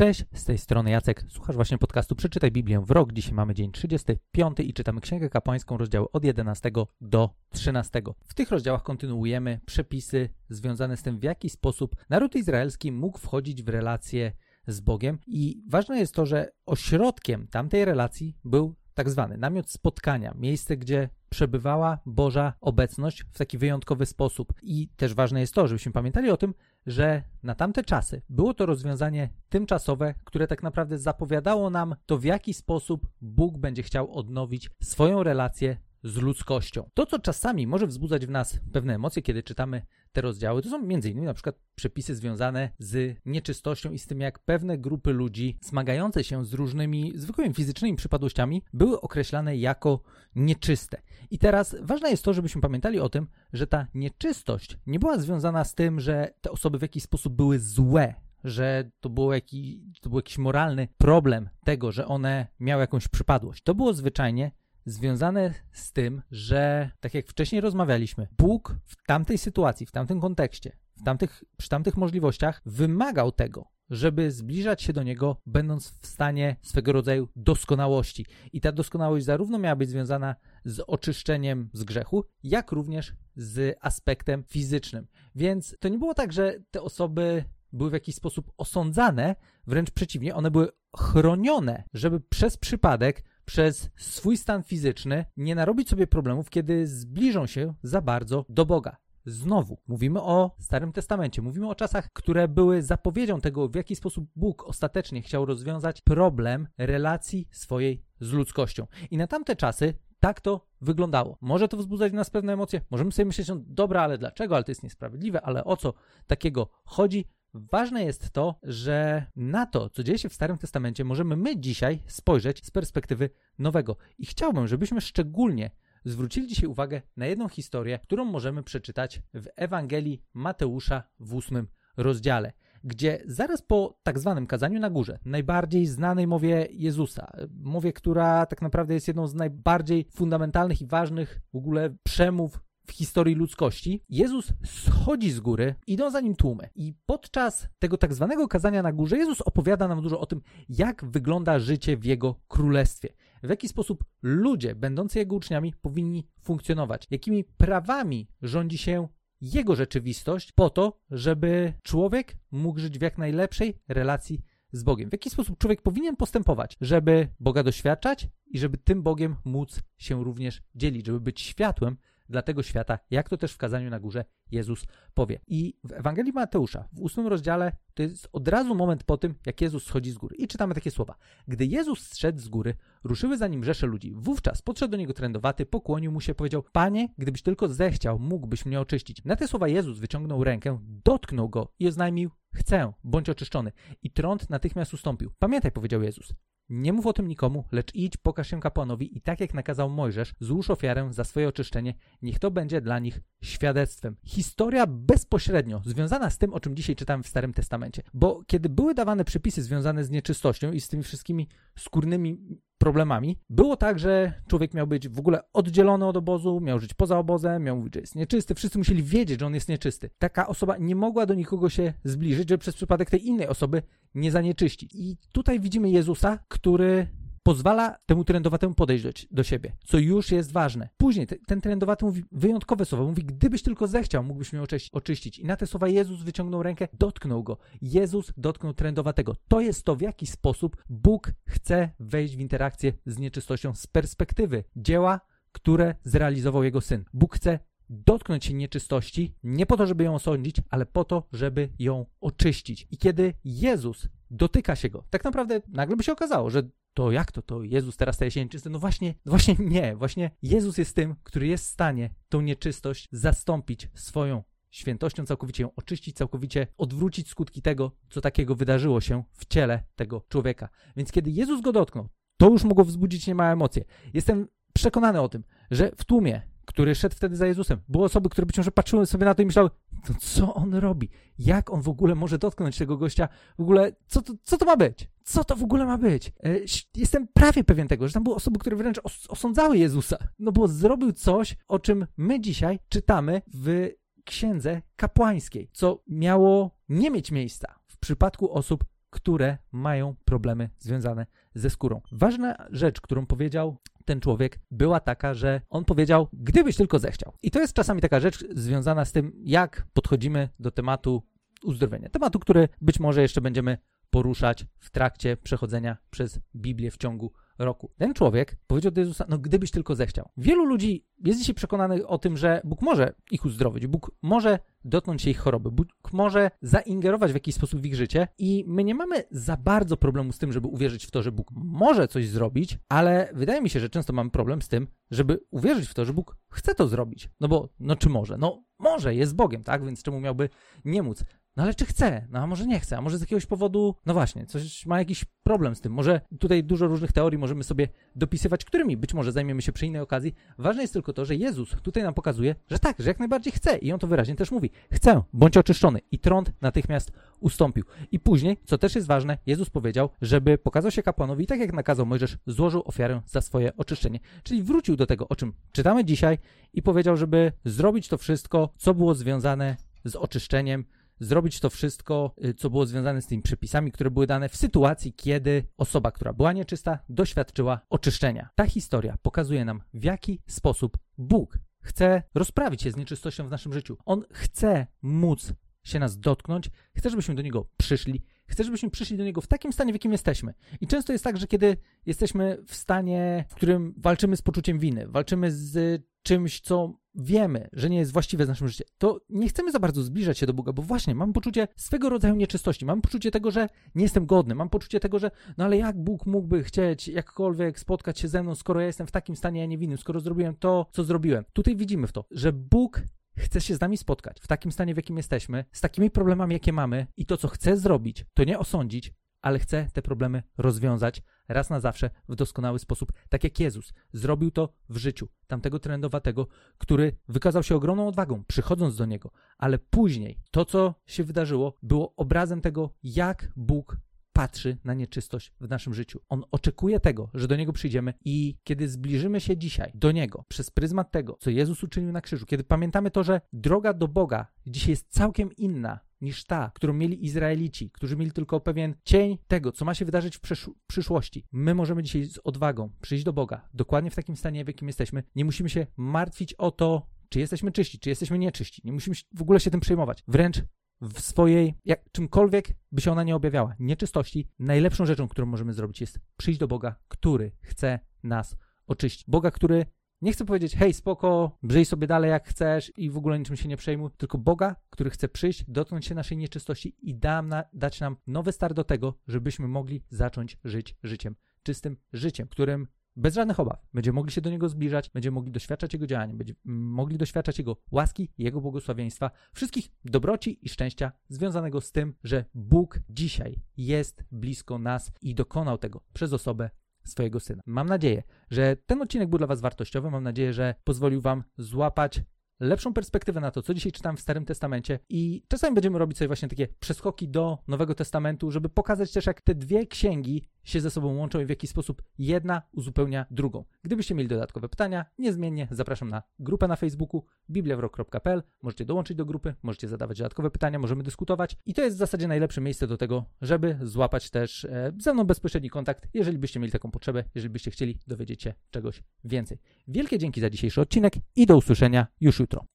Cześć, z tej strony Jacek. Słuchasz właśnie podcastu Przeczytaj Biblię w rok. Dzisiaj mamy dzień 35 i czytamy Księgę Kapłańską, rozdziały od 11 do 13. W tych rozdziałach kontynuujemy przepisy związane z tym, w jaki sposób naród izraelski mógł wchodzić w relacje z Bogiem. I ważne jest to, że ośrodkiem tamtej relacji był tak zwany namiot spotkania, miejsce, gdzie przebywała Boża obecność w taki wyjątkowy sposób. I też ważne jest to, żebyśmy pamiętali o tym, że na tamte czasy było to rozwiązanie tymczasowe, które tak naprawdę zapowiadało nam to, w jaki sposób Bóg będzie chciał odnowić swoją relację z ludzkością. To, co czasami może wzbudzać w nas pewne emocje, kiedy czytamy te rozdziały, to są m.in. na przykład przepisy związane z nieczystością i z tym, jak pewne grupy ludzi zmagające się z różnymi zwykłymi fizycznymi przypadłościami były określane jako nieczyste. I teraz ważne jest to, żebyśmy pamiętali o tym, że ta nieczystość nie była związana z tym, że te osoby w jakiś sposób były złe, że to był jakiś moralny problem tego, że one miały jakąś przypadłość. To było zwyczajnie związane z tym, że, tak jak wcześniej rozmawialiśmy, Bóg w tamtej sytuacji, w tamtym kontekście, przy tamtych możliwościach wymagał tego, żeby zbliżać się do Niego, będąc w stanie swego rodzaju doskonałości. I ta doskonałość zarówno miała być związana z oczyszczeniem z grzechu, jak również z aspektem fizycznym. Więc to nie było tak, że te osoby były w jakiś sposób osądzane, wręcz przeciwnie, one były chronione, żeby przez przypadek, przez swój stan fizyczny nie narobić sobie problemów, kiedy zbliżą się za bardzo do Boga. Znowu, mówimy o Starym Testamencie, mówimy o czasach, które były zapowiedzią tego, w jaki sposób Bóg ostatecznie chciał rozwiązać problem relacji swojej z ludzkością. I na tamte czasy tak to wyglądało. Może to wzbudzać w nas pewne emocje, możemy sobie myśleć, no dobra, ale dlaczego, ale to jest niesprawiedliwe, ale o co takiego chodzi? Ważne jest to, że na to, co dzieje się w Starym Testamencie, możemy my dzisiaj spojrzeć z perspektywy nowego. I chciałbym, żebyśmy szczególnie zwrócili dzisiaj uwagę na jedną historię, którą możemy przeczytać w Ewangelii Mateusza w 8 rozdziale, gdzie zaraz po tak zwanym kazaniu na górze, najbardziej znanej mowie Jezusa, mowie, która tak naprawdę jest jedną z najbardziej fundamentalnych i ważnych w ogóle przemów w historii ludzkości, Jezus schodzi z góry, idą za nim tłumy. I podczas tego tak zwanego kazania na górze Jezus opowiada nam dużo o tym, jak wygląda życie w Jego królestwie. W jaki sposób ludzie, będący Jego uczniami, powinni funkcjonować. Jakimi prawami rządzi się Jego rzeczywistość po to, żeby człowiek mógł żyć w jak najlepszej relacji z Bogiem. W jaki sposób człowiek powinien postępować, żeby Boga doświadczać i żeby tym Bogiem móc się również dzielić, żeby być światłem dla tego świata, jak to też w kazaniu na górze Jezus powie. I w Ewangelii Mateusza, w 8 rozdziale, to jest od razu moment po tym, jak Jezus schodzi z góry. I czytamy takie słowa. Gdy Jezus zszedł z góry, ruszyły za nim rzesze ludzi. Wówczas podszedł do niego trędowaty, pokłonił mu się, powiedział: Panie, gdybyś tylko zechciał, mógłbyś mnie oczyścić. Na te słowa Jezus wyciągnął rękę, dotknął go i oznajmił: chcę, bądź oczyszczony. I trąd natychmiast ustąpił. Pamiętaj, powiedział Jezus, nie mów o tym nikomu, lecz idź, pokaż się kapłanowi i tak jak nakazał Mojżesz, złóż ofiarę za swoje oczyszczenie, niech to będzie dla nich świadectwem. Historia bezpośrednio związana z tym, o czym dzisiaj czytamy w Starym Testamencie. Bo kiedy były dawane przepisy związane z nieczystością i z tymi wszystkimi skórnymi problemami, było tak, że człowiek miał być w ogóle oddzielony od obozu, miał żyć poza obozem, miał mówić, że jest nieczysty. Wszyscy musieli wiedzieć, że on jest nieczysty. Taka osoba nie mogła do nikogo się zbliżyć, żeby przez przypadek tej innej osoby nie zanieczyścić. I tutaj widzimy Jezusa, który pozwala temu trędowatemu podejść do siebie, co już jest ważne. Później ten trędowaty mówi wyjątkowe słowa. Mówi: gdybyś tylko zechciał, mógłbyś mnie oczyścić. I na te słowa Jezus wyciągnął rękę, dotknął go. Jezus dotknął trędowatego. To jest to, w jaki sposób Bóg chce wejść w interakcję z nieczystością z perspektywy dzieła, które zrealizował Jego Syn. Bóg chce dotknąć się nieczystości, nie po to, żeby ją osądzić, ale po to, żeby ją oczyścić. I kiedy Jezus dotyka się go, tak naprawdę nagle by się okazało, że to jak to Jezus teraz staje się nieczysty? No właśnie nie. Właśnie Jezus jest tym, który jest w stanie tą nieczystość zastąpić swoją świętością, całkowicie ją oczyścić, całkowicie odwrócić skutki tego, co takiego wydarzyło się w ciele tego człowieka. Więc kiedy Jezus go dotknął, to już mogło wzbudzić niemałe emocje. Jestem przekonany o tym, że w tłumie, który szedł wtedy za Jezusem, były osoby, które być może patrzyły sobie na to i myślały: no co on robi? Jak on w ogóle może dotknąć tego gościa? W ogóle, co to ma być? Co to w ogóle ma być? Jestem prawie pewien tego, że tam były osoby, które wręcz osądzały Jezusa, no bo zrobił coś, o czym my dzisiaj czytamy w Księdze Kapłańskiej, co miało nie mieć miejsca w przypadku osób które mają problemy związane ze skórą. Ważna rzecz, którą powiedział ten człowiek, była taka, że on powiedział, gdybyś tylko zechciał. I to jest czasami taka rzecz związana z tym, jak podchodzimy do tematu uzdrowienia. Tematu, który być może jeszcze będziemy poruszać w trakcie przechodzenia przez Biblię w ciągu roku. Ten człowiek powiedział do Jezusa, gdybyś tylko zechciał. Wielu ludzi jest dzisiaj przekonanych o tym, że Bóg może ich uzdrowić, Bóg może dotknąć się ich choroby, Bóg może zaingerować w jakiś sposób w ich życie i my nie mamy za bardzo problemu z tym, żeby uwierzyć w to, że Bóg może coś zrobić, ale wydaje mi się, że często mamy problem z tym, żeby uwierzyć w to, że Bóg chce to zrobić. Czy może? Może, jest Bogiem, tak? Więc czemu miałby nie móc? Ale czy chce? A może nie chce? A może z jakiegoś powodu, właśnie, coś ma jakiś problem z tym. Może tutaj dużo różnych teorii możemy sobie dopisywać, którymi być może zajmiemy się przy innej okazji. Ważne jest tylko to, że Jezus tutaj nam pokazuje, że tak, że jak najbardziej chce. I on to wyraźnie też mówi. Chcę, bądź oczyszczony. I trąd natychmiast ustąpił. I później, co też jest ważne, Jezus powiedział, żeby pokazał się kapłanowi i tak jak nakazał Mojżesz, złożył ofiarę za swoje oczyszczenie. Czyli wrócił do tego, o czym czytamy dzisiaj i powiedział, żeby zrobić to wszystko, co było związane z oczyszczeniem, zrobić to wszystko, co było związane z tymi przepisami, które były dane w sytuacji, kiedy osoba, która była nieczysta, doświadczyła oczyszczenia. Ta historia pokazuje nam, w jaki sposób Bóg chce rozprawić się z nieczystością w naszym życiu. On chce móc się nas dotknąć, chce, żebyśmy do Niego przyszli, chce, żebyśmy przyszli do Niego w takim stanie, w jakim jesteśmy. I często jest tak, że kiedy jesteśmy w stanie, w którym walczymy z poczuciem winy, walczymy z czymś, co wiemy, że nie jest właściwe z naszym życiem, to nie chcemy za bardzo zbliżać się do Boga, bo właśnie mamy poczucie swego rodzaju nieczystości, mamy poczucie tego, że nie jestem godny, mam poczucie tego, że ale jak Bóg mógłby chcieć jakkolwiek spotkać się ze mną, skoro ja jestem w takim stanie, ja niewinnym, skoro zrobiłem to, co zrobiłem. Tutaj widzimy w to, że Bóg chce się z nami spotkać w takim stanie, w jakim jesteśmy, z takimi problemami, jakie mamy i to, co chce zrobić, to nie osądzić, ale chce te problemy rozwiązać raz na zawsze w doskonały sposób, tak jak Jezus zrobił to w życiu tamtego trędowatego, który wykazał się ogromną odwagą, przychodząc do Niego, ale później to, co się wydarzyło, było obrazem tego, jak Bóg patrzy na nieczystość w naszym życiu. On oczekuje tego, że do Niego przyjdziemy i kiedy zbliżymy się dzisiaj do Niego przez pryzmat tego, co Jezus uczynił na krzyżu, kiedy pamiętamy to, że droga do Boga dzisiaj jest całkiem inna niż ta, którą mieli Izraelici, którzy mieli tylko pewien cień tego, co ma się wydarzyć w przyszłości. My możemy dzisiaj z odwagą przyjść do Boga, dokładnie w takim stanie, w jakim jesteśmy. Nie musimy się martwić o to, czy jesteśmy czyści, czy jesteśmy nieczyści. Nie musimy w ogóle się tym przejmować. Wręcz w swojej, czymkolwiek by się ona nie objawiała, nieczystości, najlepszą rzeczą, którą możemy zrobić, jest przyjść do Boga, który chce nas oczyścić. Boga, który nie chce powiedzieć, hej, spoko, żyj sobie dalej jak chcesz i w ogóle niczym się nie przejmuj, tylko Boga, który chce przyjść, dotknąć się naszej nieczystości i dać nam nowy start do tego, żebyśmy mogli zacząć żyć życiem, czystym życiem, którym bez żadnych obaw będziemy mogli się do Niego zbliżać, będziemy mogli doświadczać Jego działania, będziemy mogli doświadczać Jego łaski, Jego błogosławieństwa, wszystkich dobroci i szczęścia związanego z tym, że Bóg dzisiaj jest blisko nas i dokonał tego przez osobę swojego Syna. Mam nadzieję, że ten odcinek był dla Was wartościowy, mam nadzieję, że pozwolił Wam złapać lepszą perspektywę na to, co dzisiaj czytam w Starym Testamencie i czasami będziemy robić sobie właśnie takie przeskoki do Nowego Testamentu, żeby pokazać też, jak te dwie księgi się ze sobą łączą i w jaki sposób jedna uzupełnia drugą. Gdybyście mieli dodatkowe pytania, niezmiennie zapraszam na grupę na Facebooku bibliawrok.pl. Możecie dołączyć do grupy, możecie zadawać dodatkowe pytania, możemy dyskutować i to jest w zasadzie najlepsze miejsce do tego, żeby złapać też ze mną bezpośredni kontakt, jeżeli byście mieli taką potrzebę, jeżeli byście chcieli dowiedzieć się czegoś więcej. Wielkie dzięki za dzisiejszy odcinek i do usłyszenia już jutro.